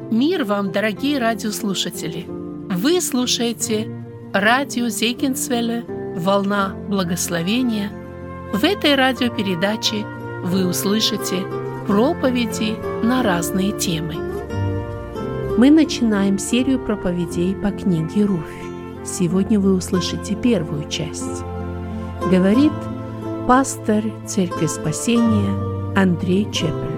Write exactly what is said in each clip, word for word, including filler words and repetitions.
Мир вам, дорогие радиослушатели! Вы слушаете радио Зегенсвелле «Волна благословения». В этой радиопередаче вы услышите проповеди на разные темы. Мы начинаем серию проповедей по книге Руфь. Сегодня вы услышите первую часть. Говорит пастор Церкви Спасения Андрей Чепель.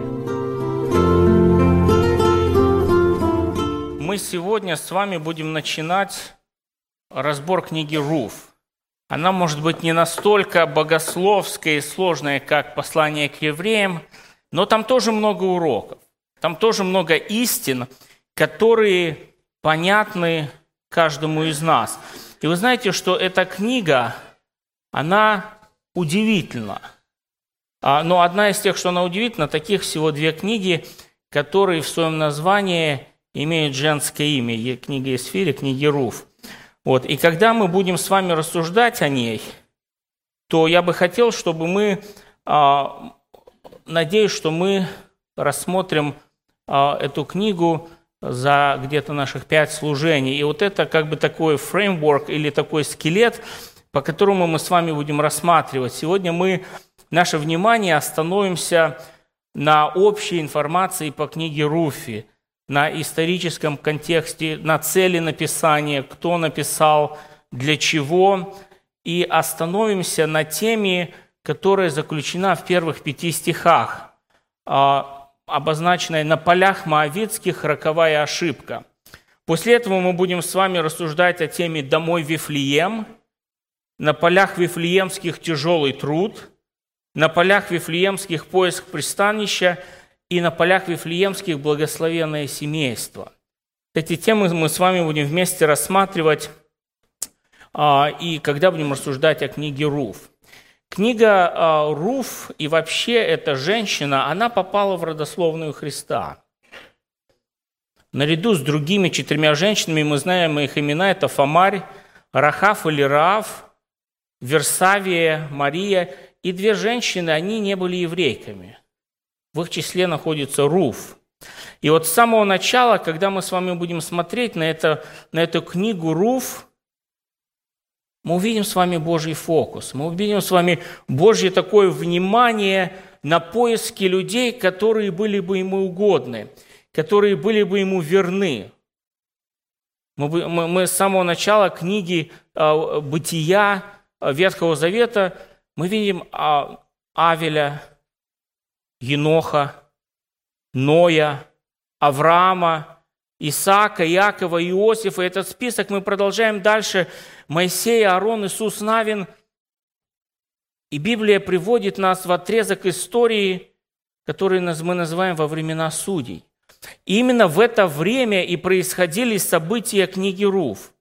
Мы сегодня с вами будем начинать разбор книги Руфь. Она может быть не настолько богословская и сложная, как послание к евреям, но там тоже много уроков, там тоже много истин, которые понятны каждому из нас. И вы знаете, что эта книга, она удивительна. Но одна из тех, что она удивительна, таких всего две книги, которые в своем названии имеют женское имя. Книга Исфирь и книга Руфь. Вот. И когда мы будем с вами рассуждать о ней, то я бы хотел, чтобы мы, надеюсь, что мы рассмотрим эту книгу за где-то наших пять служений. И вот это как бы такой фреймворк или такой скелет, по которому мы с вами будем рассматривать. Сегодня мы наше внимание остановимся на общей информации по книге Руфи, на историческом контексте, на цели написания, кто написал, для чего, и остановимся на теме, которая заключена в первых пяти стихах, обозначенной «На полях моавитских роковая ошибка». После этого мы будем с вами рассуждать о теме «Домой Вифлеем», «На полях Вифлеемских тяжелый труд», «На полях Вифлеемских поиск пристанища» и «На полях Вифлеемских благословенное семейство». Эти темы мы с вами будем вместе рассматривать, и когда будем рассуждать о книге Руфь. Книга Руфь и вообще эта женщина, она попала в родословную Христа. Наряду с другими четырьмя женщинами, мы знаем их имена, это Фомарь, Рахав или Раав, Версавия, Мария. И две женщины, они не были еврейками. В их числе находится Руфь. И вот с самого начала, когда мы с вами будем смотреть на, это, на эту книгу Руфь, мы увидим с вами Божий фокус. Мы увидим с вами Божье такое внимание на поиски людей, которые были бы ему угодны, которые были бы ему верны. Мы, мы, мы с самого начала книги э, «Бытия» Ветхого Завета мы видим э, Авеля, Еноха, Ноя, Авраама, Исаака, Иакова, Иосифа. Этот список мы продолжаем дальше. Моисей, Аарон, Иисус Навин. И Библия приводит нас в отрезок истории, который мы называем во времена судей. И именно в это время и происходили события книги Руфь.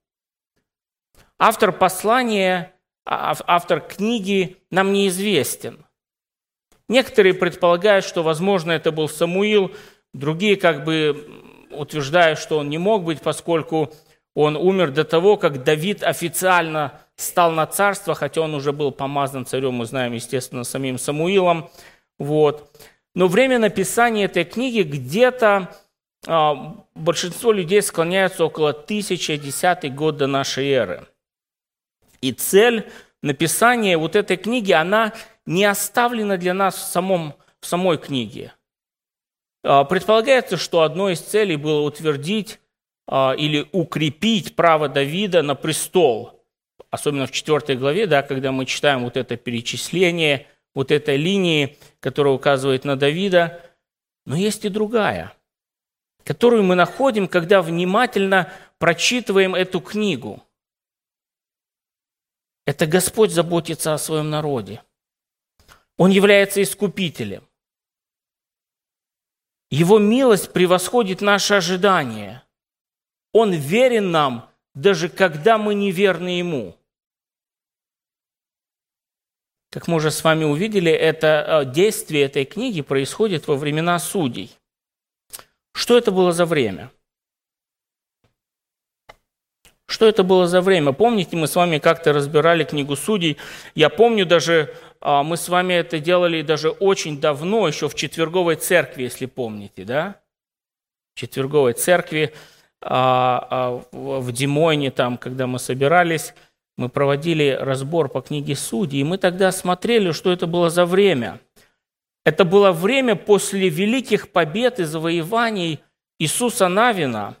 Автор послания, автор книги нам неизвестен. Некоторые предполагают, что, возможно, это был Самуил, другие как бы утверждают, что он не мог быть, поскольку он умер до того, как Давид официально стал на царство, хотя он уже был помазан царем, мы знаем, естественно, самим Самуилом. Вот. Но время написания этой книги где-то а, большинство людей склоняются около тысяча десятый год до нашей эры. И цель написания вот этой книги, она не оставлена для нас в, самом, в самой книге. Предполагается, что одной из целей было утвердить или укрепить право Давида на престол. Особенно в четвёртой главе, да, когда мы читаем вот это перечисление, вот этой линии, которая указывает на Давида. Но есть и другая, которую мы находим, когда внимательно прочитываем эту книгу. Это Господь заботится о своем народе. Он является искупителем. Его милость превосходит наши ожидания. Он верен нам, даже когда мы неверны Ему. Как мы уже с вами увидели, это действие этой книги происходит во времена судей. Что это было за время? Что это было за время? Помните, мы с вами как-то разбирали книгу Судей. Я помню даже, мы с вами это делали даже очень давно, еще в четверговой церкви, если помните, да? В четверговой церкви в Димойне, там, когда мы собирались, мы проводили разбор по книге Судей, и мы тогда смотрели, что это было за время. Это было время после великих побед и завоеваний Иисуса Навина.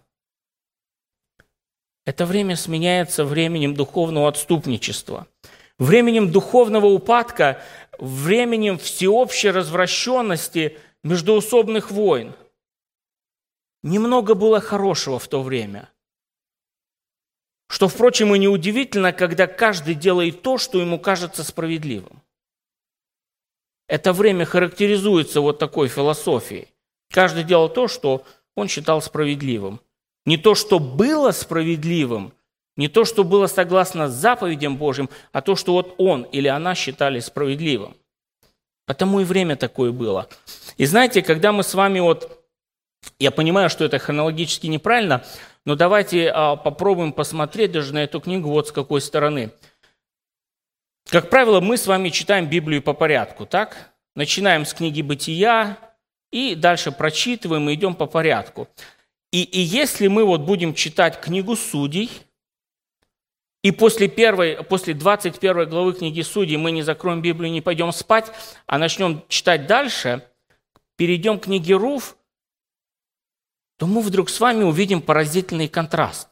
Это время сменяется временем духовного отступничества, временем духовного упадка, временем всеобщей развращенности, междоусобных войн. Немного было хорошего в то время. Что, впрочем, и неудивительно, когда каждый делает то, что ему кажется справедливым. Это время характеризуется вот такой философией. Каждый делал то, что он считал справедливым. Не то, что было справедливым, не то, что было согласно заповедям Божьим, а то, что вот он или она считали справедливым. Потому и время такое было. И знаете, когда мы с вами вот... Я понимаю, что это хронологически неправильно, но давайте а, попробуем посмотреть даже на эту книгу вот с какой стороны. Как правило, мы с вами читаем Библию по порядку, так? Начинаем с книги Бытия и дальше прочитываем и идем по порядку. И, и если мы вот будем читать книгу Судей, и после, первой, после двадцать первой главы книги Судей мы не закроем Библию, не пойдем спать, а начнем читать дальше, перейдем к книге Руф, то мы вдруг с вами увидим поразительный контраст.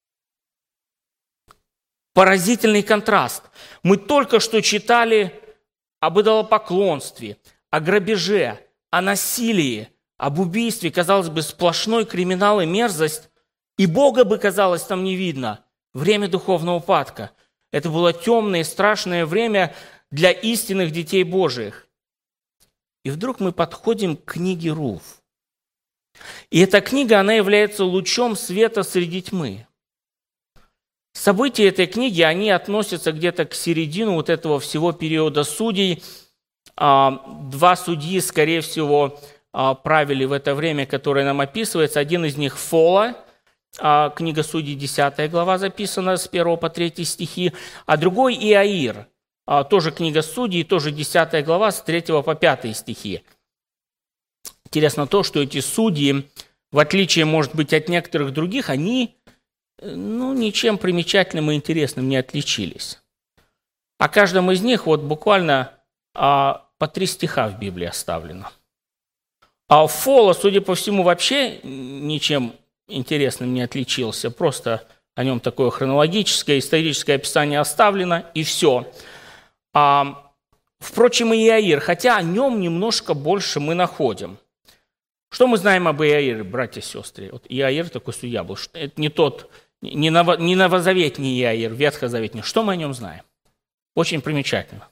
Поразительный контраст. Мы только что читали об идолопоклонстве, о грабеже, о насилии, об убийстве, казалось бы, сплошной криминал и мерзость, и Бога бы, казалось, там не видно. Время духовного упадка. Это было темное и страшное время для истинных детей Божиих. И вдруг мы подходим к книге Руф. И эта книга, она является лучом света среди тьмы. События этой книги, они относятся где-то к середину вот этого всего периода судей. Два судьи, скорее всего, правили в это время, которое нам описывается. Один из них Фола, книга Судей, десятая глава записана с первого по третий стихи, а другой Иаир, тоже книга Судей, тоже десятая глава с третьего по пятый стихи. Интересно то, что эти судьи, в отличие, может быть, от некоторых других, они ну, ничем примечательным и интересным не отличились. О каждом из них вот буквально а, по три стиха в Библии оставлено. А Фола, судя по всему, вообще ничем интересным не отличился. Просто о нем такое хронологическое, историческое описание оставлено, и все. А, впрочем, и Иаир, хотя о нем немножко больше мы находим. Что мы знаем об Иаире, братья и сестры? Вот Иаир такой судья был. Это не тот, не, ново, не новозаветний Иаир, ветхозаветний. Что мы о нем знаем? Очень примечательно.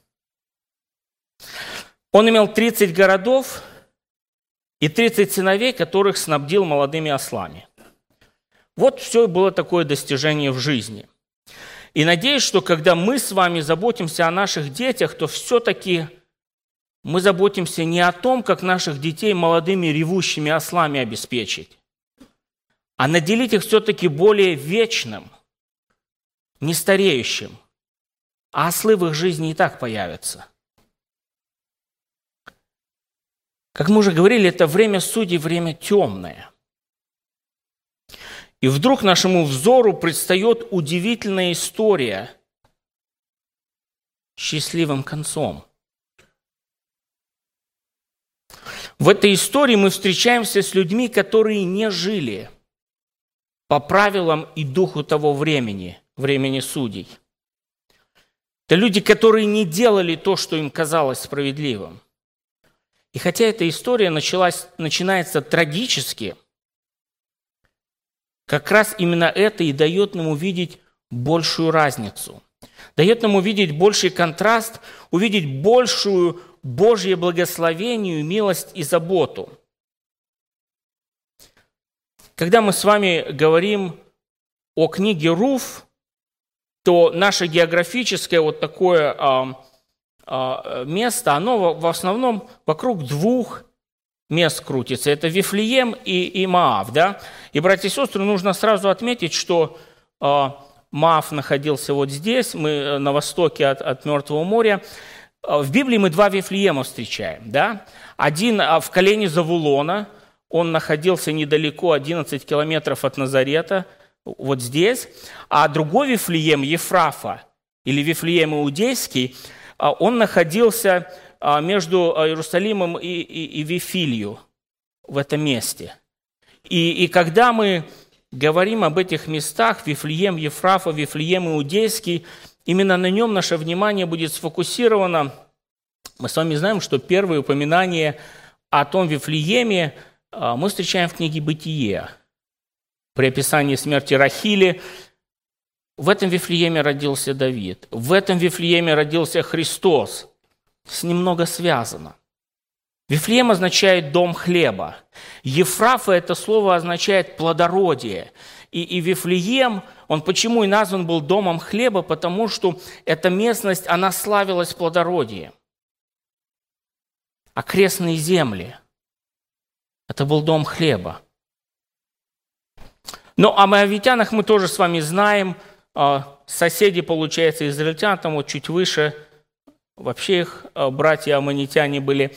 Он имел тридцать городов и тридцать сыновей, которых снабдил молодыми ослами. Вот все было такое достижение в жизни. И надеюсь, что когда мы с вами заботимся о наших детях, то все-таки мы заботимся не о том, как наших детей молодыми ревущими ослами обеспечить, а наделить их все-таки более вечным, нестареющим. А ослы в их жизни и так появятся. Как мы уже говорили, это время судей, время темное. И вдруг нашему взору предстает удивительная история с счастливым концом. В этой истории мы встречаемся с людьми, которые не жили по правилам и духу того времени, времени судей. Это люди, которые не делали то, что им казалось справедливым. И хотя эта история началась, начинается трагически, как раз именно это и дает нам увидеть большую разницу, дает нам увидеть больший контраст, увидеть большую Божье благословение, милость и заботу. Когда мы с вами говорим о книге Руф, то наше географическое вот такое а, а, место, оно в основном вокруг двух мест крутится. Это Вифлеем и, и Моав. Да? И, братья и сестры, нужно сразу отметить, что а, Моав находился вот здесь, мы на востоке от, от Мертвого моря. В Библии мы два Вифлеема встречаем. Да? Один в колене Завулона, он находился недалеко, одиннадцать километров от Назарета, вот здесь. А другой Вифлеем, Ефрафа, или Вифлеем Иудейский, он находился между Иерусалимом и, и, и Вифилью, в этом месте. И, и когда мы говорим об этих местах, Вифлеем, Ефрафа, Вифлеем Иудейский, именно на нем наше внимание будет сфокусировано. Мы с вами знаем, что первые упоминания о том Вифлееме мы встречаем в книге «Бытие». При описании смерти Рахили в этом Вифлееме родился Давид, в этом Вифлееме родился Христос. С ним много связано. Вифлеем означает «дом хлеба». Ефрафа – это слово означает «плодородие». И, и Вифлеем, он почему и назван был «домом хлеба», потому что эта местность, она славилась плодородием. Окрестные земли – это был дом хлеба. Но о моавитянах мы тоже с вами знаем. Соседи, получается, израильтян, там вот чуть выше, вообще их братья аммонитяне были.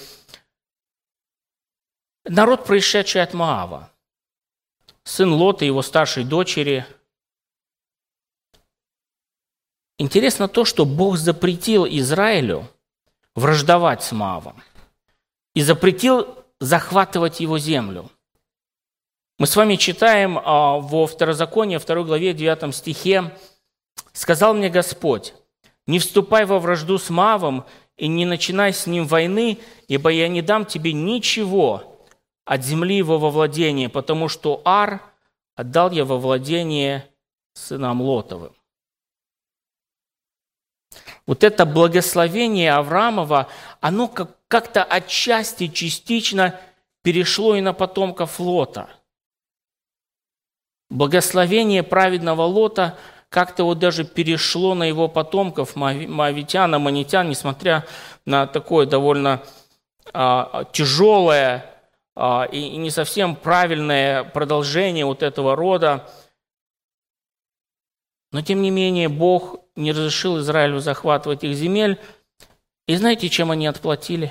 Народ, происшедший от Моава. Сын Лота и его старшей дочери. Интересно то, что Бог запретил Израилю враждовать с Моавом и запретил захватывать его землю. Мы с вами читаем во Второзаконии, второй главе, девятом стихе: «Сказал мне Господь: не вступай во вражду с Моавом и не начинай с ним войны, ибо я не дам тебе ничего от земли его во владение, потому что Ар отдал я во владение сынам Лотовым». Вот это благословение Авраамова, оно как-то отчасти, частично перешло и на потомков Лота. Благословение праведного Лота как-то вот даже перешло на его потомков, моавитян, аммонитян, несмотря на такое довольно а, тяжелое а, и, и не совсем правильное продолжение вот этого рода. Но тем не менее Бог не разрешил Израилю захватывать их земель. И знаете, чем они отплатили?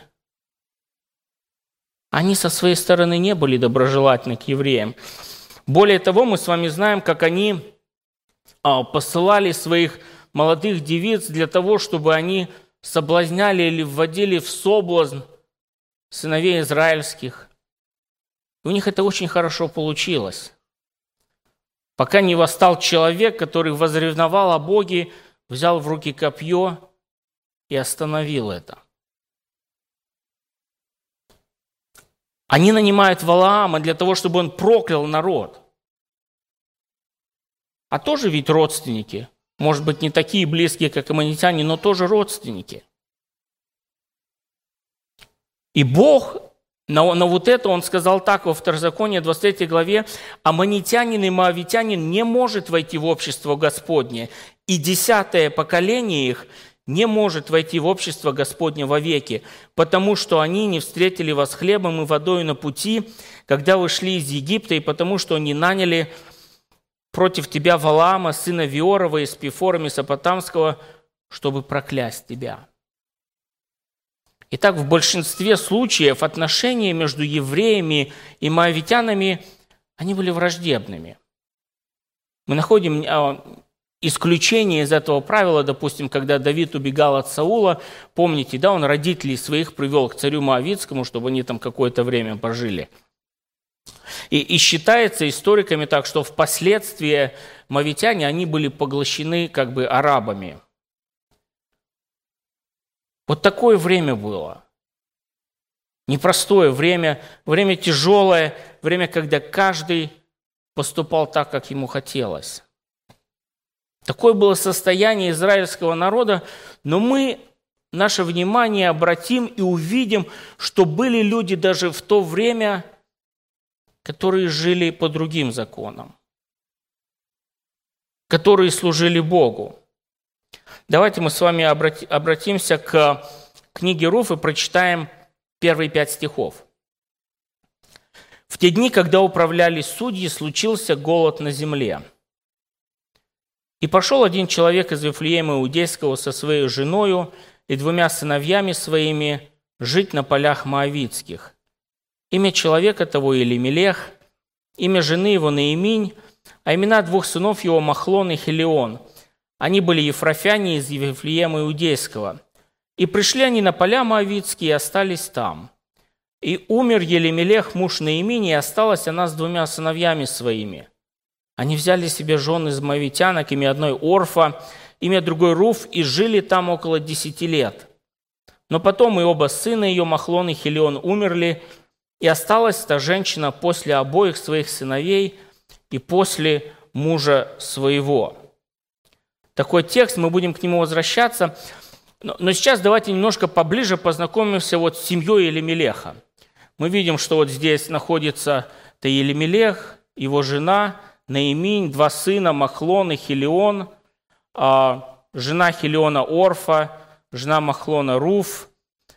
Они со своей стороны не были доброжелательны к евреям. Более того, мы с вами знаем, как они посылали своих молодых девиц для того, чтобы они соблазняли или вводили в соблазн сыновей израильских. И у них это очень хорошо получилось. Пока не восстал человек, который возревновал о Боге, взял в руки копье и остановил это. Они нанимают Валаама для того, чтобы он проклял народ. А тоже ведь родственники. Может быть, не такие близкие, как аммонитяне, но тоже родственники. И Бог на, на вот это, Он сказал так во Второзаконии, двадцать третьей главе: «Аммонитянин и моавитянин не может войти в общество Господне, и десятое поколение их не может войти в общество Господне вовеки, потому что они не встретили вас хлебом и водой на пути, когда вы шли из Египта, и потому что они наняли против тебя Валаама, сына Виорова, из Пифора Месопотамского, чтобы проклясть тебя». Итак, в большинстве случаев отношения между евреями и моавитянами, они были враждебными. Мы находим исключение из этого правила, допустим, когда Давид убегал от Саула, помните, да, он родителей своих привел к царю Моавитскому, чтобы они там какое-то время пожили. И, и считается историками так, что впоследствии моавитяне, они были поглощены как бы арабами. Вот такое время было. Непростое время, время тяжелое, время, когда каждый поступал так, как ему хотелось. Такое было состояние израильского народа, но мы наше внимание обратим и увидим, что были люди даже в то время, которые жили по другим законам, которые служили Богу. Давайте мы с вами обратимся к книге Руф и прочитаем первые пять стихов. «В те дни, когда управляли судьи, случился голод на земле. И пошел один человек из Вифлеема Иудейского со своей женою и двумя сыновьями своими жить на полях моавитских. Имя человека того Елемелех, имя жены его Наиминь, а имена двух сынов его Махлон и Хелион. Они были ефрафяне из Вифлеема Иудейского. И пришли они на поля Моавитские и остались там. И умер Елемелех, муж Наимини, и осталась она с двумя сыновьями своими. Они взяли себе жен из моавитянок, имя одной Орфа, имя другой Руф, и жили там около десяти лет. Но потом и оба сына ее, Махлон и Хелион, умерли, и осталась та женщина после обоих своих сыновей и после мужа своего. Такой текст, мы будем к нему возвращаться. Но сейчас давайте немножко поближе познакомимся вот с семьей Елемелеха. Мы видим, что вот здесь находится это Елемелех, его жена Наиминь, два сына Махлон и Хелион, жена Хелиона Орфа, жена Махлона Руф,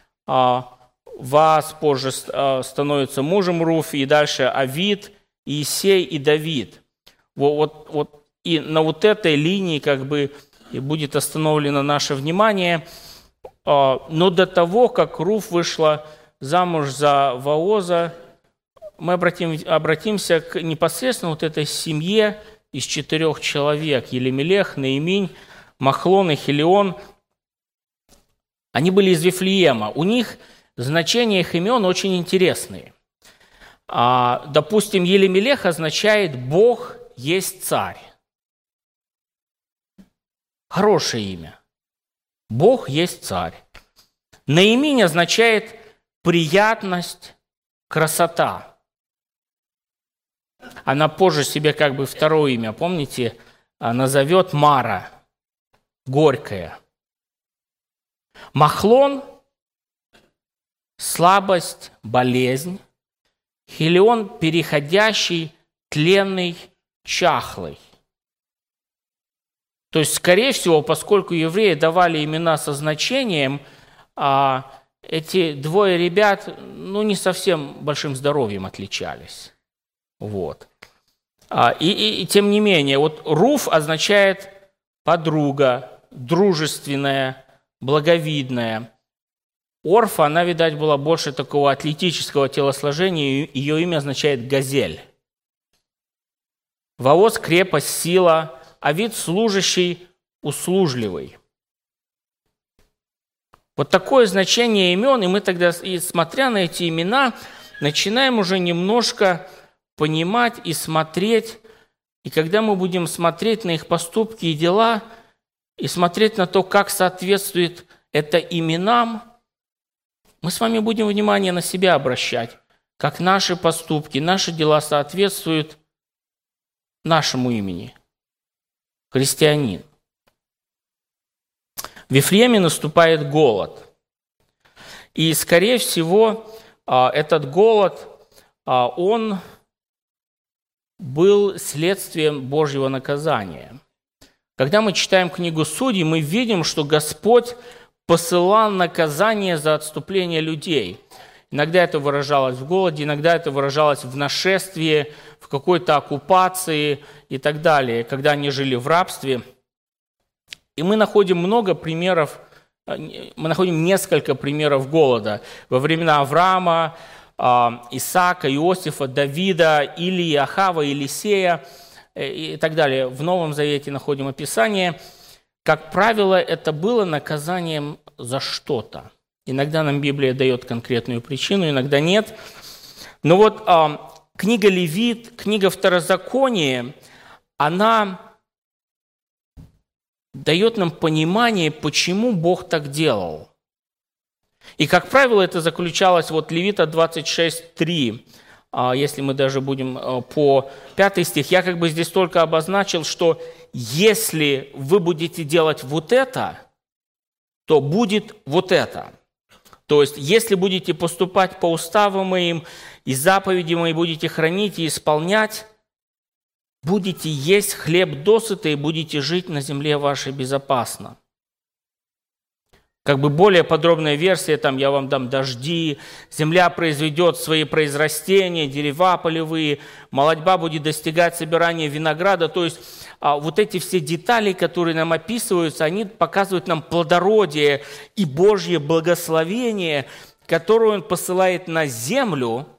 Ваас позже становится мужем Руф, и дальше Авид, Иисей и Давид. Вот, вот, вот, и на вот этой линии как бы и будет остановлено наше внимание. Но до того, как Руф вышла замуж за Вооза, мы обратим, обратимся к непосредственно вот этой семье из четырех человек. Елемелех, Наиминь, Махлон и Хелион. Они были из Вифлеема. У них значения их имен очень интересные. А, допустим, Елемелех означает «Бог есть царь». Хорошее имя. Бог есть царь. Наиминь означает приятность, красота. Она позже себе как бы второе имя, помните, назовет Мара, горькая. Махлон – слабость, болезнь. Хелион – переходящий, тленный, чахлый. То есть, скорее всего, поскольку евреи давали имена со значением, а эти двое ребят ну, не совсем большим здоровьем отличались. Вот. А, и, и, и тем не менее, вот Руф означает подруга, дружественная, благовидная. Орфа, она, видать, была больше такого атлетического телосложения, ее имя означает газель. Воос – крепость, сила, Авид – служащий, услужливый. Вот такое значение имен, и мы тогда, и смотря на эти имена, начинаем уже немножко понимать и смотреть, и когда мы будем смотреть на их поступки и дела, и смотреть на то, как соответствует это именам, мы с вами будем внимание на себя обращать, как наши поступки, наши дела соответствуют нашему имени. Христианин. В Вифлееме наступает голод. И, скорее всего, этот голод, он был следствием Божьего наказания. Когда мы читаем книгу Судей, мы видим, что Господь посылал наказание за отступление людей. Иногда это выражалось в голоде, иногда это выражалось в нашествии, в какой-то оккупации и так далее, когда они жили в рабстве. И мы находим много примеров, мы находим несколько примеров голода. Во времена Авраама, Исаака, Иосифа, Давида, Илии, Ахава, Елисея и так далее. В Новом Завете находим описание. Как правило, это было наказанием за что-то. Иногда нам Библия дает конкретную причину, иногда нет. Но вот а, книга Левит, книга Второзаконие, она дает нам понимание, почему Бог так делал. И, как правило, это заключалось, вот Левита двадцать шесть три, а, если мы даже будем а, по пятый стих, я как бы здесь только обозначил, что если вы будете делать вот это, то будет вот это. То есть, если будете поступать по уставам моим и заповедям моим будете хранить и исполнять, будете есть хлеб досыта и будете жить на земле вашей безопасно. Как бы более подробная версия, там я вам дам дожди, земля произведет свои произрастения, дерева полевые, молодьба будет достигать собирания винограда. То есть а, вот эти все детали, которые нам описываются, они показывают нам плодородие и Божье благословение, которое Он посылает на землю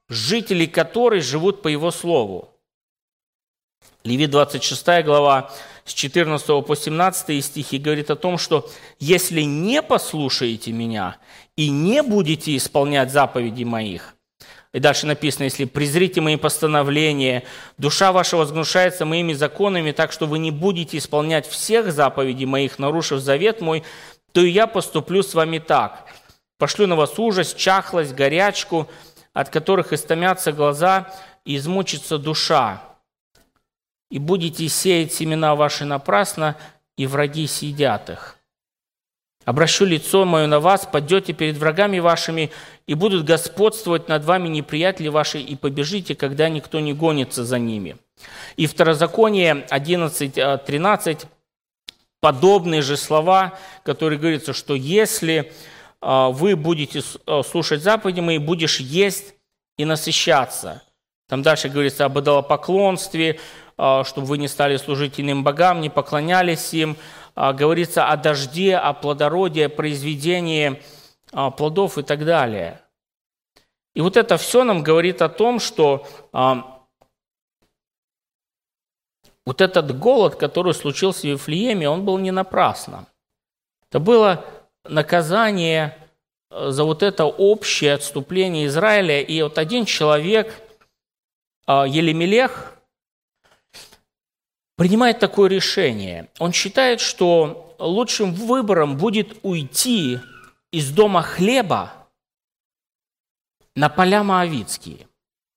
жители которой живут по Его слову. Левит двадцать шестая глава, с четырнадцатого по семнадцатый стихи говорит о том, что «если не послушаете меня и не будете исполнять заповеди моих», и дальше написано, «если презрите мои постановления, душа ваша возгнушается моими законами, так что вы не будете исполнять всех заповедей моих, нарушив завет мой, то и я поступлю с вами так. Пошлю на вас ужас, чахлость, горячку, от которых истомятся глаза и измучится душа. И будете сеять семена ваши напрасно, и враги съедят их. Обращу лицо мое на вас, падете перед врагами вашими, и будут господствовать над вами неприятели ваши, и побежите, когда никто не гонится за ними». И Второзаконие одиннадцать тринадцать, подобные же слова, которые говорится, что если вы будете слушать заповеди мои, будешь есть и насыщаться. Там дальше говорится об идолопоклонстве, чтобы вы не стали служить иным богам, не поклонялись им. Говорится о дожде, о плодородии, о произведении плодов и так далее. И вот это все нам говорит о том, что вот этот голод, который случился в Вифлееме, он был не напрасно. Это было наказание за вот это общее отступление Израиля. И вот один человек, Елемелех, принимает такое решение. Он считает, что лучшим выбором будет уйти из дома хлеба на поля моавитские.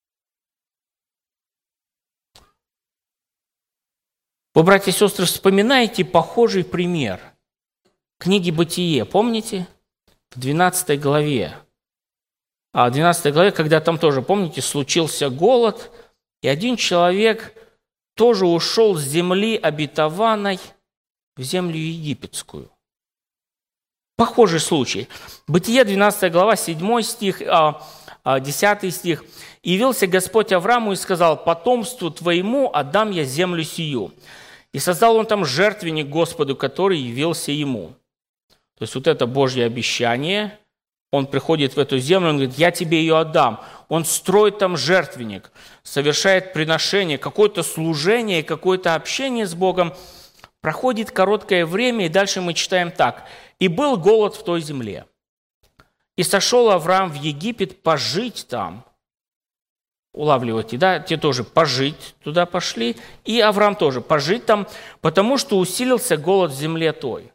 Вы, братья и сестры, вспоминаете похожий пример книги «Бытие», помните? В двенадцатой главе. А в двенадцатой главе, когда там тоже, помните, случился голод, и один человек тоже ушел с земли обетованной в землю египетскую. Похожий случай. Бытие, двенадцатая глава, седьмой стих, десятый стих. «И явился Господь Аврааму и сказал: потомству твоему отдам я землю сию. И создал он там жертвенник Господу, который явился ему». То есть вот это Божье обещание, он приходит в эту землю, он говорит: я тебе ее отдам. Он строит там жертвенник, совершает приношение, какое-то служение, какое-то общение с Богом. Проходит короткое время, и дальше мы читаем так. «И был голод в той земле. И сошел Авраам в Египет пожить там». Улавливайте, да? Те тоже пожить туда пошли. И Авраам тоже пожить там, потому что усилился голод в земле той.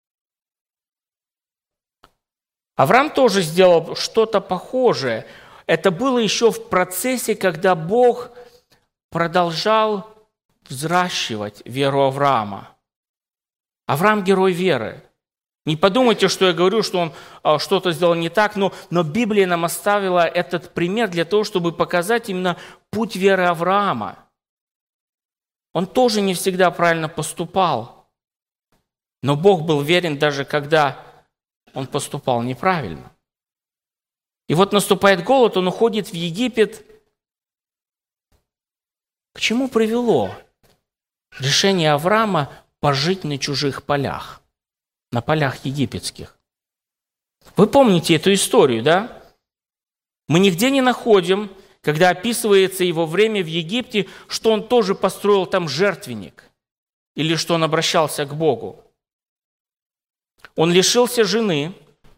Авраам тоже сделал что-то похожее. Это было еще в процессе, когда Бог продолжал взращивать веру Авраама. Авраам – герой веры. Не подумайте, что я говорю, что он что-то сделал не так, но, но Библия нам оставила этот пример для того, чтобы показать именно путь веры Авраама. Он тоже не всегда правильно поступал, но Бог был верен даже когда он поступал неправильно. И вот наступает голод, он уходит в Египет. К чему привело решение Авраама пожить на чужих полях, на полях египетских? Вы помните эту историю, да? Мы нигде не находим, когда описывается его время в Египте, что он тоже построил там жертвенник или что он обращался к Богу. Он лишился жены,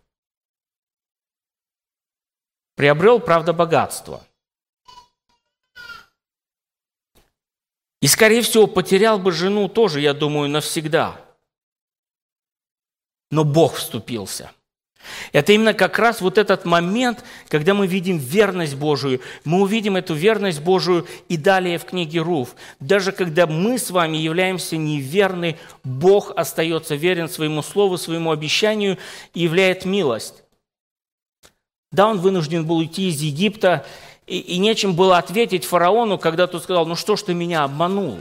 приобрел, правда, богатство. И, скорее всего, потерял бы жену тоже, я думаю, навсегда. Но Бог вступился. Это именно как раз вот этот момент, когда мы видим верность Божию. Мы увидим эту верность Божию и далее в книге Руф. Даже когда мы с вами являемся неверны, Бог остается верен своему слову, своему обещанию и являет милость. Да, он вынужден был уйти из Египта, и, и нечем было ответить фараону, когда тот сказал: ну что ж ты меня обманул?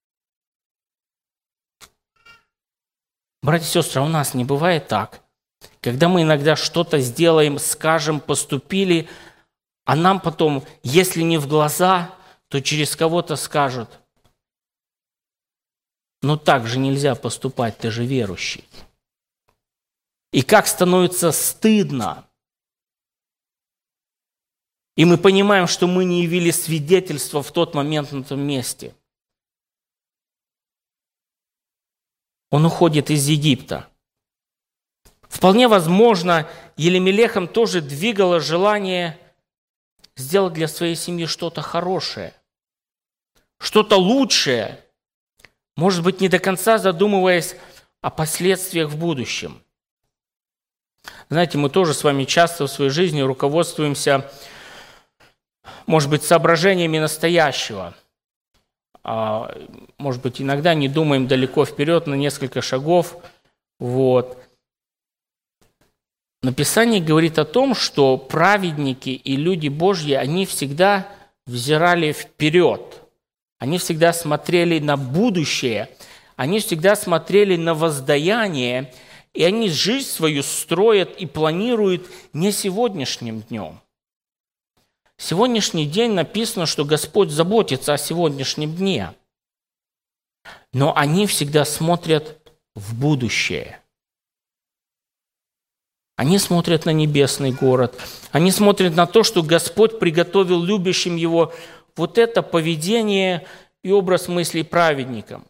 Братья и сестры, у нас не бывает так. Когда мы иногда что-то сделаем, скажем, поступили, а нам потом, если не в глаза, то через кого-то скажут: ну так же нельзя поступать, ты же верующий. И как становится стыдно. И мы понимаем, что мы не явили свидетельство в тот момент на том месте. Он уходит из Египта. Вполне возможно, Елемелехом тоже двигало желание сделать для своей семьи что-то хорошее, что-то лучшее, может быть, не до конца задумываясь о последствиях в будущем. Знаете, мы тоже с вами часто в своей жизни руководствуемся, может быть, соображениями настоящего. Может быть, иногда не думаем далеко вперед, на несколько шагов. Вот. Но Писание говорит о том, что праведники и люди Божьи, они всегда взирали вперед. Они всегда смотрели на будущее. Они всегда смотрели на воздаяние. И они жизнь свою строят и планируют не сегодняшним днем. Сегодняшний день написано, что Господь заботится о сегодняшнем дне. Но они всегда смотрят в будущее. Они смотрят на небесный город. Они смотрят на то, что Господь приготовил любящим Его вот это поведение и образ мыслей праведникам.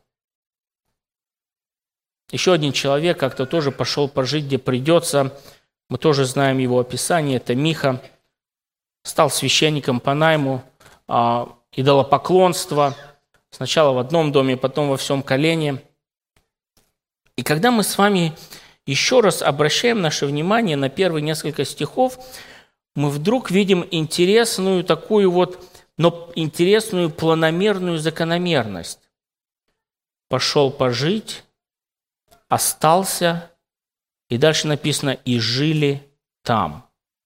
Еще один человек как-то тоже пошел пожить, где придется. Мы тоже знаем его описание. Это Миха. Стал священником по найму, а, идолопоклонство. Сначала в одном доме, потом во всем колене. И когда мы с вами еще раз обращаем наше внимание на первые несколько стихов, мы вдруг видим интересную такую вот, но интересную планомерную закономерность. Пошел пожить, остался, и дальше написано «и жили там».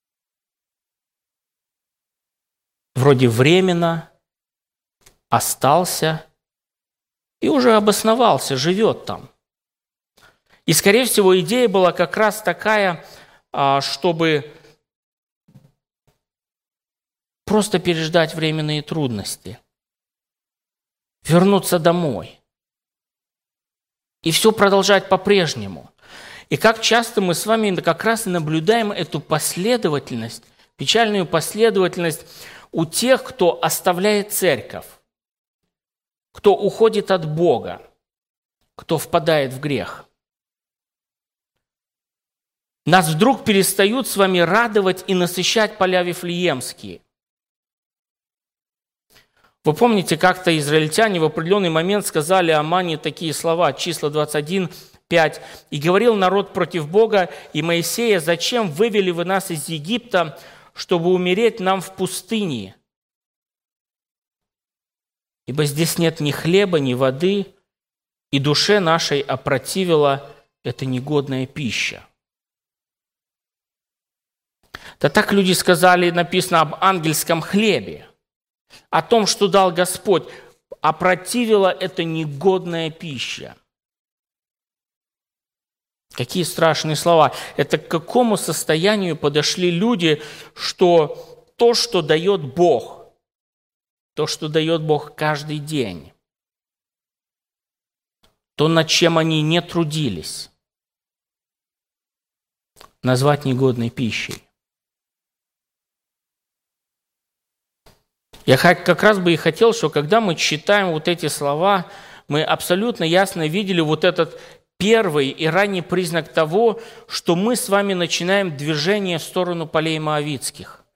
Вроде временно остался и уже обосновался, живет там. И, скорее всего, идея была как раз такая, чтобы просто переждать временные трудности, вернуться домой и все продолжать по-прежнему. И как часто мы с вами как раз и наблюдаем эту последовательность, печальную последовательность у тех, кто оставляет церковь, кто уходит от Бога, кто впадает в грех. Нас вдруг перестают с вами радовать и насыщать поля вифлеемские. Вы помните, как-то израильтяне в определенный момент сказали Амане такие слова, числа двадцать один, пять. «И говорил народ против Бога и Моисея, зачем вывели вы нас из Египта, чтобы умереть нам в пустыне? Ибо здесь нет ни хлеба, ни воды, и душе нашей опротивила эта негодная пища». Да так люди сказали, написано об ангельском хлебе, о том, что дал Господь, опротивила эта негодная пища. Какие страшные слова. Это к какому состоянию подошли люди, что то, что дает Бог, то, что дает Бог каждый день, то, над чем они не трудились, назвать негодной пищей. Я как раз бы и хотел, что когда мы читаем вот эти слова, мы абсолютно ясно видели вот этот первый и ранний признак того, что мы с вами начинаем движение в сторону полей моавитских.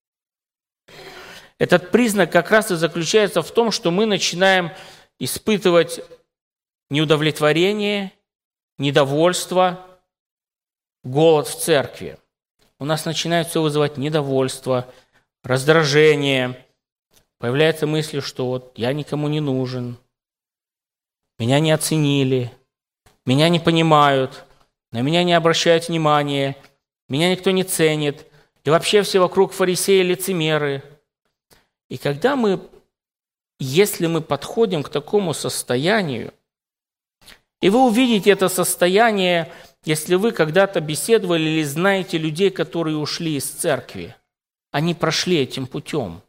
Этот признак как раз и заключается в том, что мы начинаем испытывать неудовлетворение, недовольство, голод в церкви. У нас начинает все вызывать недовольство, раздражение. Появляются мысли, что вот я никому не нужен, меня не оценили, меня не понимают, на меня не обращают внимания, меня никто не ценит, и вообще все вокруг фарисеи лицемеры. И когда мы, если мы подходим к такому состоянию, и вы увидите это состояние, если вы когда-то беседовали или знаете людей, которые ушли из церкви, они прошли этим путем.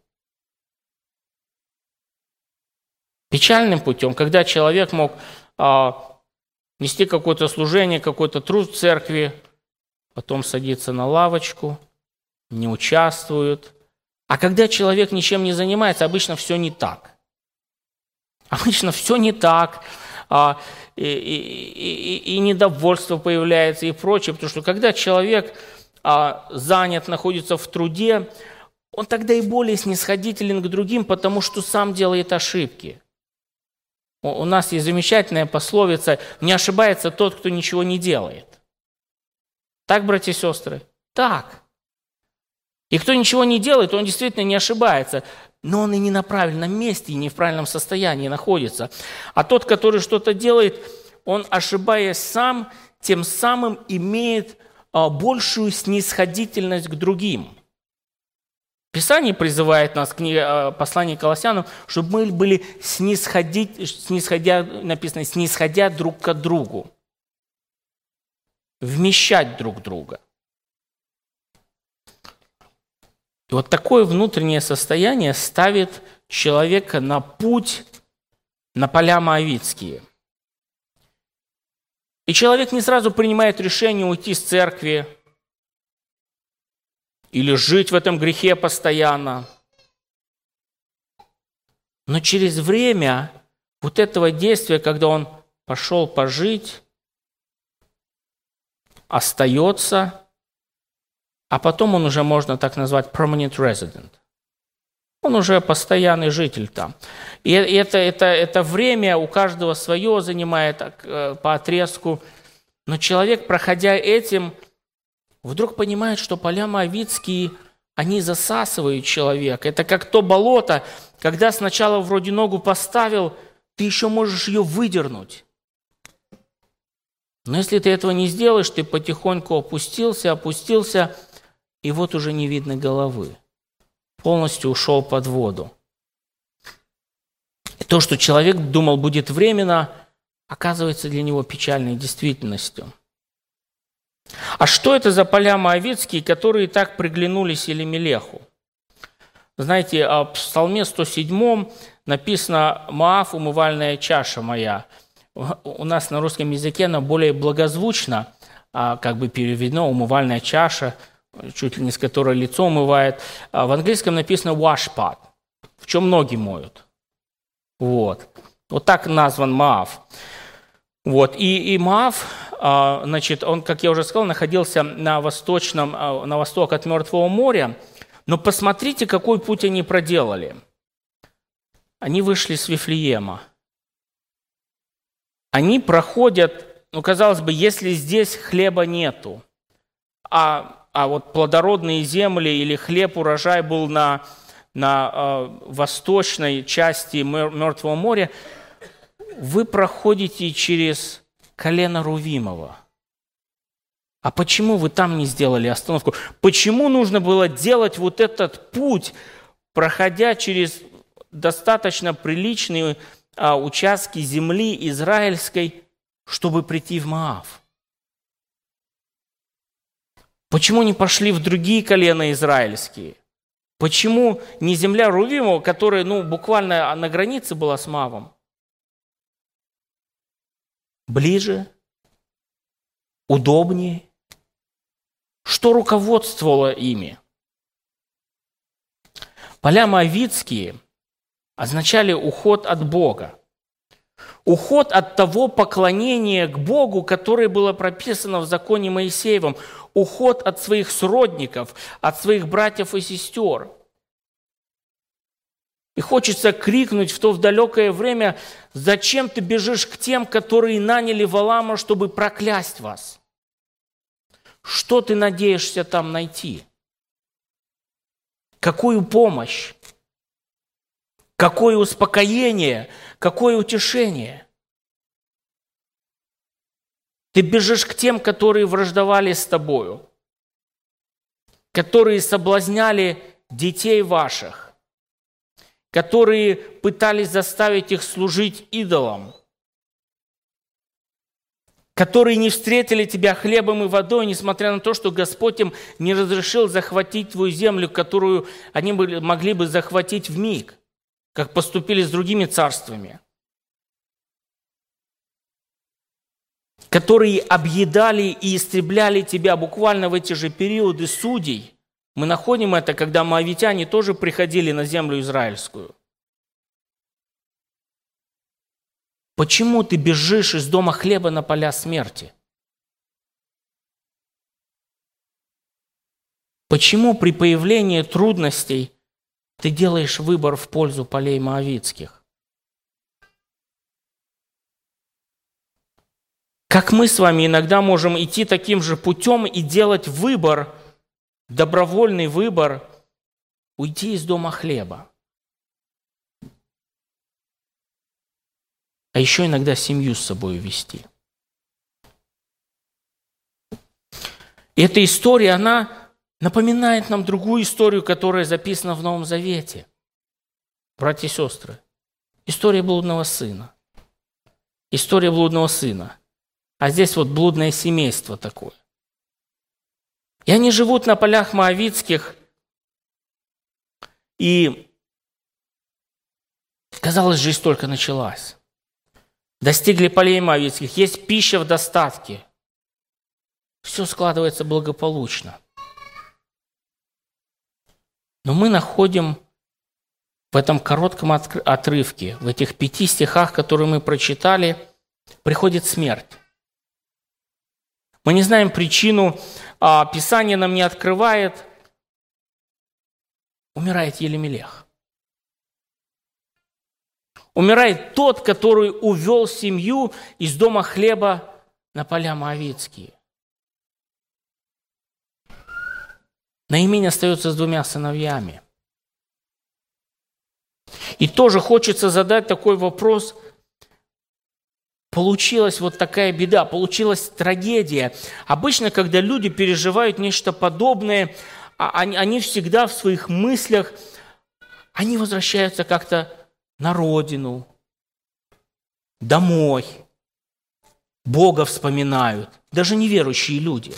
Печальным путем, когда человек мог а, нести какое-то служение, какой-то труд в церкви, потом садится на лавочку, не участвует, А когда человек ничем не занимается, обычно все не так. Обычно все не так, а, и, и, и, и недовольство появляется и прочее. Потому что когда человек а, занят, находится в труде, он тогда и более снисходителен к другим, потому что сам делает ошибки. У нас есть замечательная пословица: «Не ошибается тот, кто ничего не делает». Так, братья и сестры? Так. И кто ничего не делает, он действительно не ошибается, но он и не на правильном месте, и не в правильном состоянии находится. А тот, который что-то делает, он, ошибаясь сам, тем самым имеет большую снисходительность к другим. Писание призывает нас, книга, послание к Колоссянам, чтобы мы были снисходить, снисходя, написано, снисходя друг к другу, вмещать друг друга. И вот такое внутреннее состояние ставит человека на путь, на поля Моавитские. И человек не сразу принимает решение уйти с церкви или жить в этом грехе постоянно. Но через время вот этого действия, когда он пошел пожить, остается, а потом он уже, можно так назвать, permanent resident. Он уже постоянный житель там. И это, это, это время у каждого свое занимает по отрезку. Но человек, проходя этим, вдруг понимает, что поля Моавитские, они засасывают человека. Это как то болото, когда сначала вроде ногу поставил, ты еще можешь ее выдернуть. Но если ты этого не сделаешь, ты потихоньку опустился, опустился, и вот уже не видно головы. Полностью ушел под воду. И то, что человек думал будет временно, оказывается для него печальной действительностью. А что это за поля Моавитские, которые так приглянулись Елемелеху? Знаете, в Псалме сто седьмом написано: «Моав, умывальная чаша моя». У нас на русском языке она более благозвучно, как бы переведено «умывальная чаша», чуть ли не с которой лицо умывает. В английском написано «wash pot», в чем ноги моют. Вот, вот так назван Моав. Вот. И, и Моав, значит, он, как я уже сказал, находился на, восточном, на восток от Мертвого моря. Но посмотрите, какой путь они проделали. Они вышли с Вифлеема. Они проходят, ну, казалось бы, если здесь хлеба нету, а, а вот плодородные земли или хлеб, урожай был на, на э, восточной части Мертвого моря, вы проходите через колено Рувимова. А почему вы там не сделали остановку? Почему нужно было делать вот этот путь, проходя через достаточно приличные а, участки земли израильской, чтобы прийти в Моав? Почему не пошли в другие колена израильские? Почему не земля Рувимова, которая ну, буквально на границе была с Моавом? Ближе, удобнее. Что руководствовало ими? Поля Моавитские означали уход от Бога. Уход от того поклонения к Богу, которое было прописано в законе Моисеевом. Уход от своих сродников, от своих братьев и сестер. И хочется крикнуть в то в далекое время: зачем ты бежишь к тем, которые наняли Валаама, чтобы проклясть вас? Что ты надеешься там найти? Какую помощь? Какое успокоение? Какое утешение? Ты бежишь к тем, которые враждовали с тобою, которые соблазняли детей ваших, которые пытались заставить их служить идолам, которые не встретили тебя хлебом и водой, несмотря на то, что Господь им не разрешил захватить твою землю, которую они могли бы захватить вмиг, как поступили с другими царствами, которые объедали и истребляли тебя буквально в эти же периоды судей, Мы находим это, когда моавитяне тоже приходили на землю израильскую. Почему ты бежишь из дома хлеба на поля смерти? Почему при появлении трудностей ты делаешь выбор в пользу полей моавитских? Как мы с вами иногда можем идти таким же путем и делать выбор, добровольный выбор, уйти из дома хлеба. А еще иногда семью с собой вести. И эта история, она напоминает нам другую историю, которая записана в Новом Завете. Братья и сестры, история блудного сына. История блудного сына. А здесь вот блудное семейство такое. И они живут на полях моавитских, и, казалось, жизнь только началась. Достигли полей моавитских, есть пища в достатке. Все складывается благополучно. Но мы находим в этом коротком отрывке, в этих пяти стихах, которые мы прочитали, приходит смерть. Мы не знаем причину, а Писание нам не открывает. Умирает Елемелех. Умирает тот, который увел семью из дома хлеба на поля моавитские. Наимень остается с двумя сыновьями. И тоже хочется задать такой вопрос. Получилась вот такая беда, получилась трагедия. Обычно, когда люди переживают нечто подобное, они, они всегда в своих мыслях, они возвращаются как-то на родину, домой, Бога вспоминают, даже неверующие люди,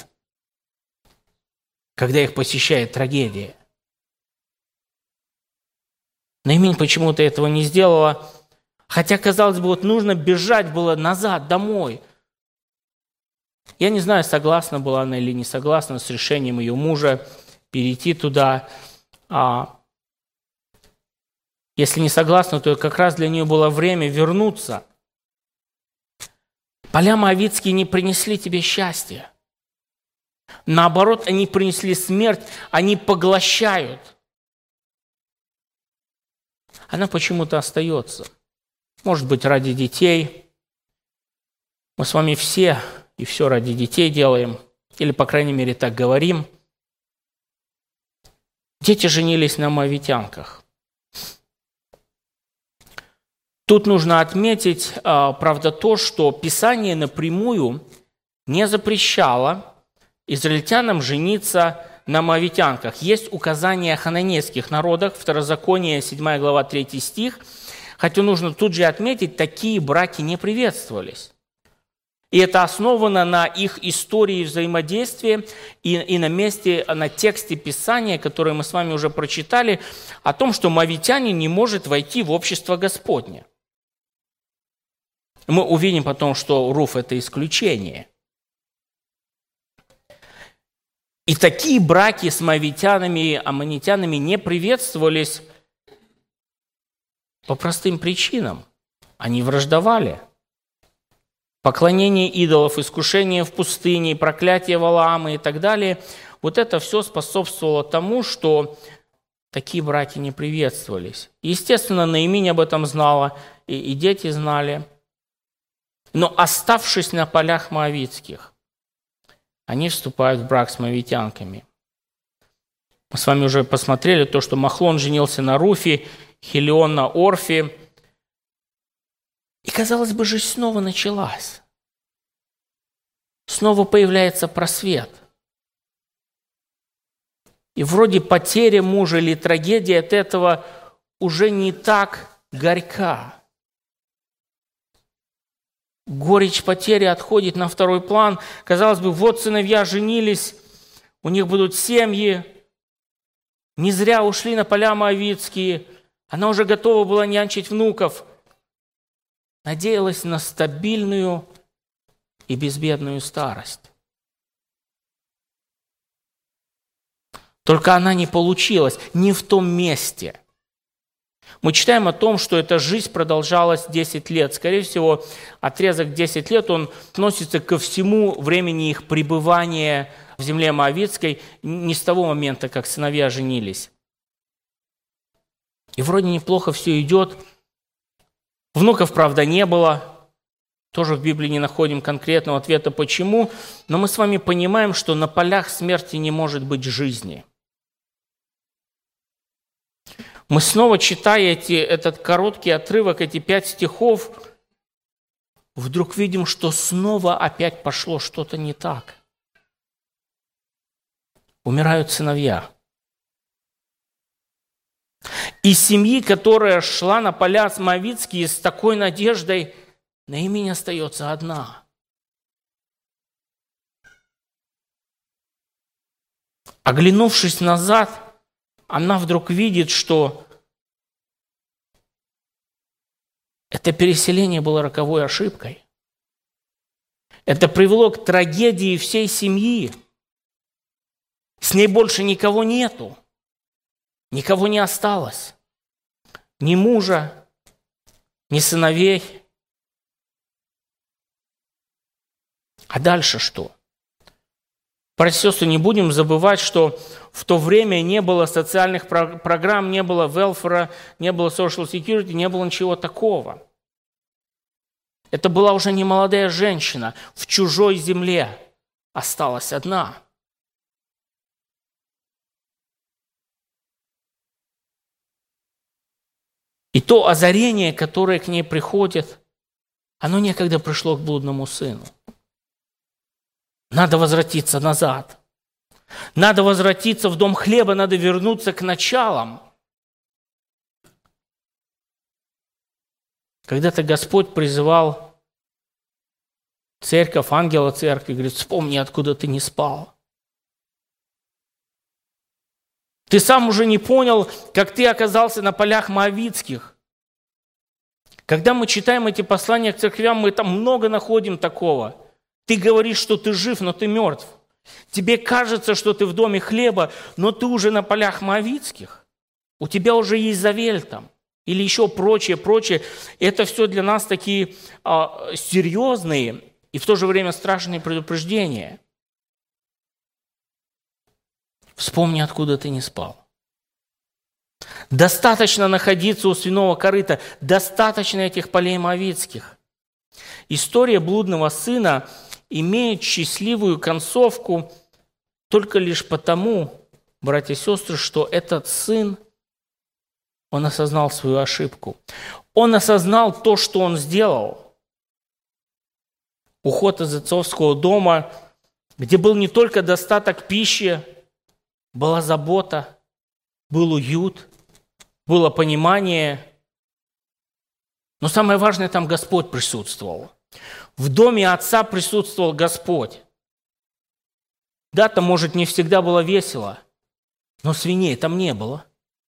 когда их посещает трагедия. Наимень почему-то этого не сделала, хотя, казалось бы, вот нужно бежать было назад, домой. Я не знаю, согласна была она или не согласна с решением ее мужа перейти туда. А если не согласна, то как раз для нее было время вернуться. Поля моавитские не принесли тебе счастья. Наоборот, они принесли смерть, они поглощают. Она почему-то остается. Может быть, ради детей. Мы с вами все и все ради детей делаем. Или, по крайней мере, так говорим. Дети женились на моавитянках. Тут нужно отметить, правда, то, что Писание напрямую не запрещало израильтянам жениться на моавитянках. Есть указания о хананейских народах, Второзаконие, седьмая глава, третий стих. Хотя нужно тут же отметить, такие браки не приветствовались. И это основано на их истории взаимодействия и, и на месте, на тексте Писания, который мы с вами уже прочитали, о том, что моавитянин не может войти в общество Господне. Мы увидим потом, что Руф – это исключение. И такие браки с моавитянами и аммонитянами не приветствовались по простым причинам. Они враждовали. Поклонение идолов, искушение в пустыне, проклятие Валаама и так далее. Вот это все способствовало тому, что такие браки не приветствовались. Естественно, Наимень об этом знала, и, и дети знали. Но оставшись на полях моавитских, они вступают в брак с моавитянками. Мы с вами уже посмотрели то, что Махлон женился на Руфе, Хелион на Орфе. И, казалось бы, жизнь снова началась. Снова появляется просвет. И вроде потеря мужа или трагедия от этого уже не так горька. Горечь потери отходит на второй план. Казалось бы, вот сыновья женились, у них будут семьи, не зря ушли на поля моавитские, она уже готова была нянчить внуков. Надеялась на стабильную и безбедную старость. Только она не получилась, не в том месте. Мы читаем о том, что эта жизнь продолжалась десять лет. Скорее всего, отрезок десять лет, он относится ко всему времени их пребывания в земле Моавитской, не с того момента, как сыновья женились. И вроде неплохо все идет. Внуков, правда, не было. Тоже в Библии не находим конкретного ответа, почему. Но мы с вами понимаем, что на полях смерти не может быть жизни. Мы снова, читая эти, этот короткий отрывок, эти пять стихов, вдруг видим, что снова опять пошло что-то не так. Умирают сыновья. Из семьи, которая шла на поля Моавитские с такой надеждой, Наимень остается одна. Оглянувшись назад, она вдруг видит, что это переселение было роковой ошибкой. Это привело к трагедии всей семьи. С ней больше никого нету. Никого не осталось. Ни мужа, ни сыновей. А дальше что? Братья и сестры, не будем забывать, что в то время не было социальных программ, не было welfare, не было social security, не было ничего такого. Это была уже не молодая женщина, в чужой земле осталась одна. И то озарение, которое к ней приходит, оно некогда пришло к блудному сыну. Надо возвратиться назад. Надо возвратиться в дом хлеба, надо вернуться к началам. Когда-то Господь призывал церковь, ангела церкви, говорит: вспомни, откуда ты не спал. Ты сам уже не понял, как ты оказался на полях Моавитских. Когда мы читаем эти послания к церквям, мы там много находим такого. Ты говоришь, что ты жив, но ты мертв. Тебе кажется, что ты в доме хлеба, но ты уже на полях Моавитских. У тебя уже есть Завель там. Или еще прочее, прочее. Это все для нас такие а, серьезные и в то же время страшные предупреждения. Вспомни, откуда ты не спал. Достаточно находиться у свиного корыта, достаточно этих полей Моавитских. История блудного сына имеет счастливую концовку только лишь потому, братья и сестры, что этот сын, он осознал свою ошибку. Он осознал то, что он сделал. Уход из отцовского дома, где был не только достаток пищи, была забота, был уют, было понимание. Но самое важное, там Господь присутствовал. В доме отца присутствовал Господь. Да, там, может, не всегда было весело, но свиней там не было.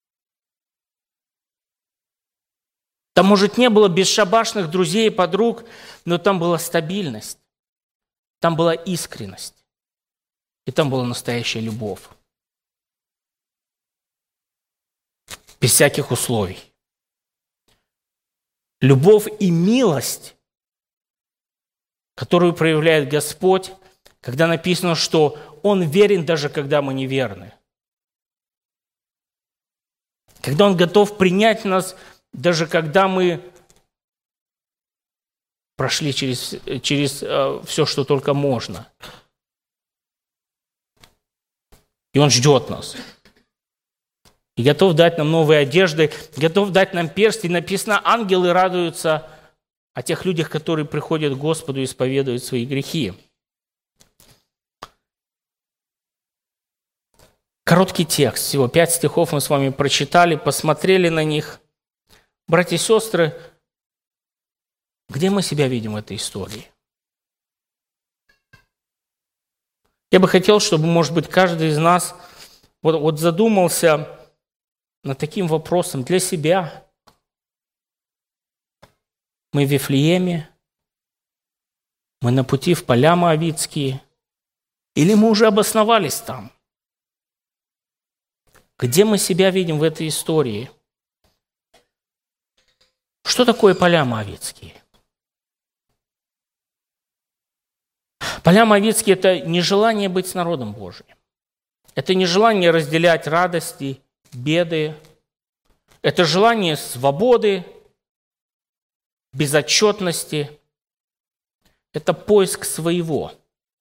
Там, может, не было бесшабашных друзей и подруг, но там была стабильность, там была искренность, и там была настоящая любовь. Без всяких условий. Любовь и милость, которую проявляет Господь, когда написано, что Он верен, даже когда мы неверны. Когда Он готов принять нас, даже когда мы прошли через, через э, все, что только можно. И Он ждет нас. И готов дать нам новые одежды, готов дать нам перстни. Написано, ангелы радуются о тех людях, которые приходят к Господу и исповедуют свои грехи. Короткий текст, всего пять стихов мы с вами прочитали, посмотрели на них. Братья и сестры, где мы себя видим в этой истории? Я бы хотел, чтобы, может быть, каждый из нас вот, вот задумался над таким вопросом для себя. Мы в Вифлееме, мы на пути в поля Моавитские, или мы уже обосновались там? Где мы себя видим в этой истории? Что такое поля Моавитские? Поля Моавитские – это нежелание быть с народом Божьим. Это нежелание разделять радости, беды. Это желание свободы, безотчетности. Это поиск своего.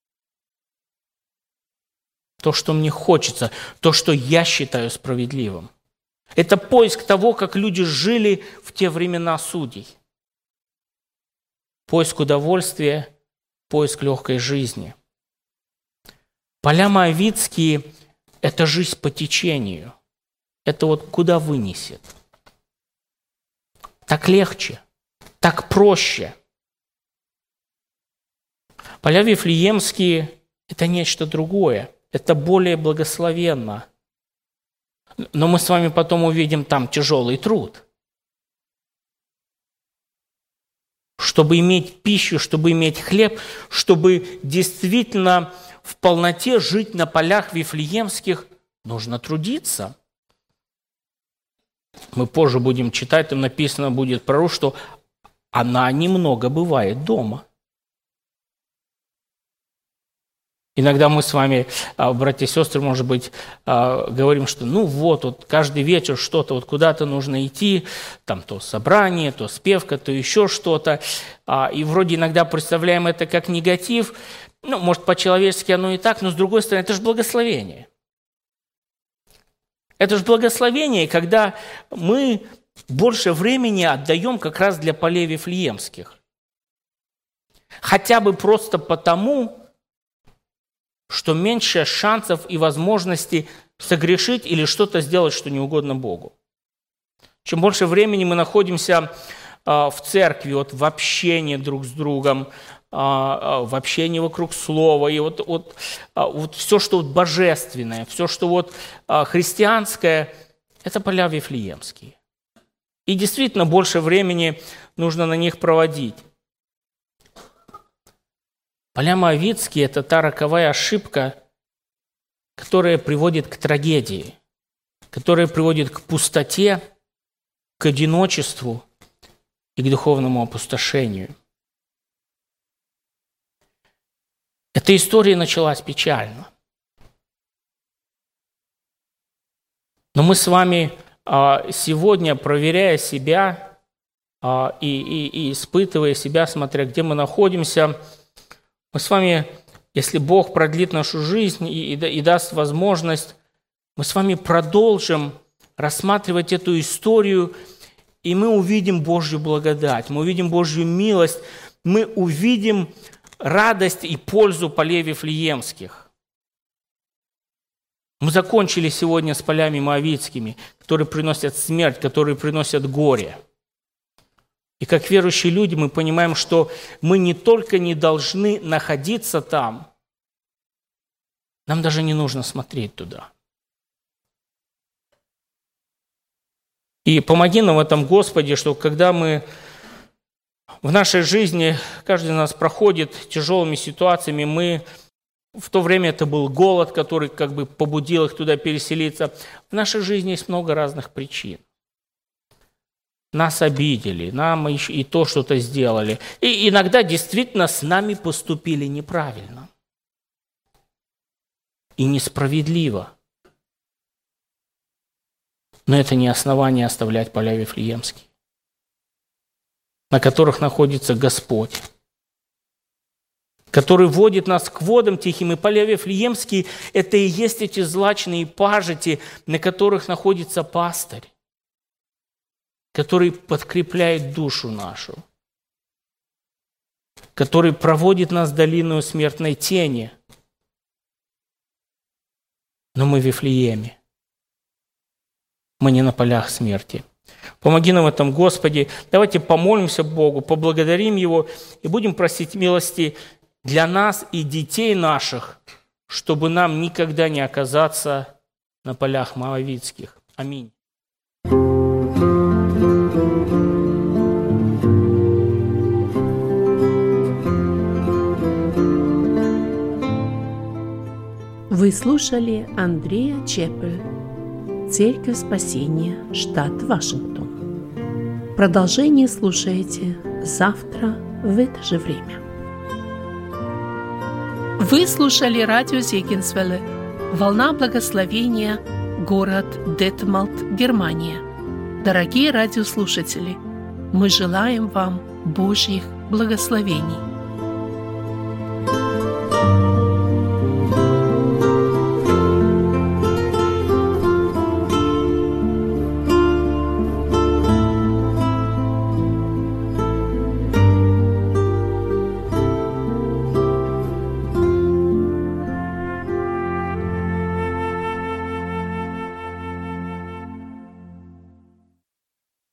То, что мне хочется, то, что я считаю справедливым. Это поиск того, как люди жили в те времена судей. Поиск удовольствия, поиск легкой жизни. Поля Моавитские – это жизнь по течению. Это вот куда вынесет. Так легче, так проще. Поля Вифлеемские – это нечто другое. Это более благословенно. Но мы с вами потом увидим там тяжелый труд. Чтобы иметь пищу, чтобы иметь хлеб, чтобы действительно в полноте жить на полях Вифлеемских, нужно трудиться. Мы позже будем читать, там написано будет про Рут, что она немного бывает дома. Иногда мы с вами, братья и сестры, может быть, говорим, что ну вот, вот каждый вечер что-то, вот куда-то нужно идти, там то собрание, то спевка, то еще что-то. И вроде иногда представляем это как негатив. Ну, может, по-человечески оно и так, но с другой стороны, это же благословение. Это же благословение, когда мы больше времени отдаем как раз для полей Вифлеемских. Хотя бы просто потому, что меньше шансов и возможностей согрешить или что-то сделать, что не угодно Богу. Чем больше времени мы находимся в церкви, вот в общении друг с другом, в общении вокруг слова, и вот, вот, вот все, что вот божественное, все, что вот христианское, это поля Вифлеемские. И действительно больше времени нужно на них проводить. Поля Моавитские – это та роковая ошибка, которая приводит к трагедии, которая приводит к пустоте, к одиночеству и к духовному опустошению. Эта история началась печально. Но мы с вами сегодня, проверяя себя и, и, и испытывая себя, смотря где мы находимся, мы с вами, если Бог продлит нашу жизнь и, и, и даст возможность, мы с вами продолжим рассматривать эту историю, и мы увидим Божью благодать, мы увидим Божью милость, мы увидим радость и пользу полей Вифлеемских. Мы закончили сегодня с полями Моавитскими, которые приносят смерть, которые приносят горе. И как верующие люди мы понимаем, что мы не только не должны находиться там, нам даже не нужно смотреть туда. И помоги нам в этом, Господи, что когда мы в нашей жизни, каждый из нас проходит тяжелыми ситуациями, мы, в то время это был голод, который как бы побудил их туда переселиться. В нашей жизни есть много разных причин. Нас обидели, нам еще и то что-то сделали. И иногда действительно с нами поступили неправильно и несправедливо. Но это не основание оставлять поля Вифлеемские, на которых находится Господь, который водит нас к водам тихим. И поля Вифлеемские – это и есть эти злачные пажити, на которых находится пастырь, который подкрепляет душу нашу, который проводит нас в долину смертной тени. Но мы в Вифлееме. Мы не на полях смерти. Помоги нам в этом, Господи. Давайте помолимся Богу, поблагодарим Его и будем просить милости для нас и детей наших, чтобы нам никогда не оказаться на полях Моавитских. Аминь. Вы слушали Андрея Чепель, Церковь Спасения, штат Вашингтон. Продолжение слушайте завтра в это же время. Вы слушали радио Зегенсвелле «Волна благословения», город Детмалт, Германия. Дорогие радиослушатели, мы желаем вам Божьих благословений.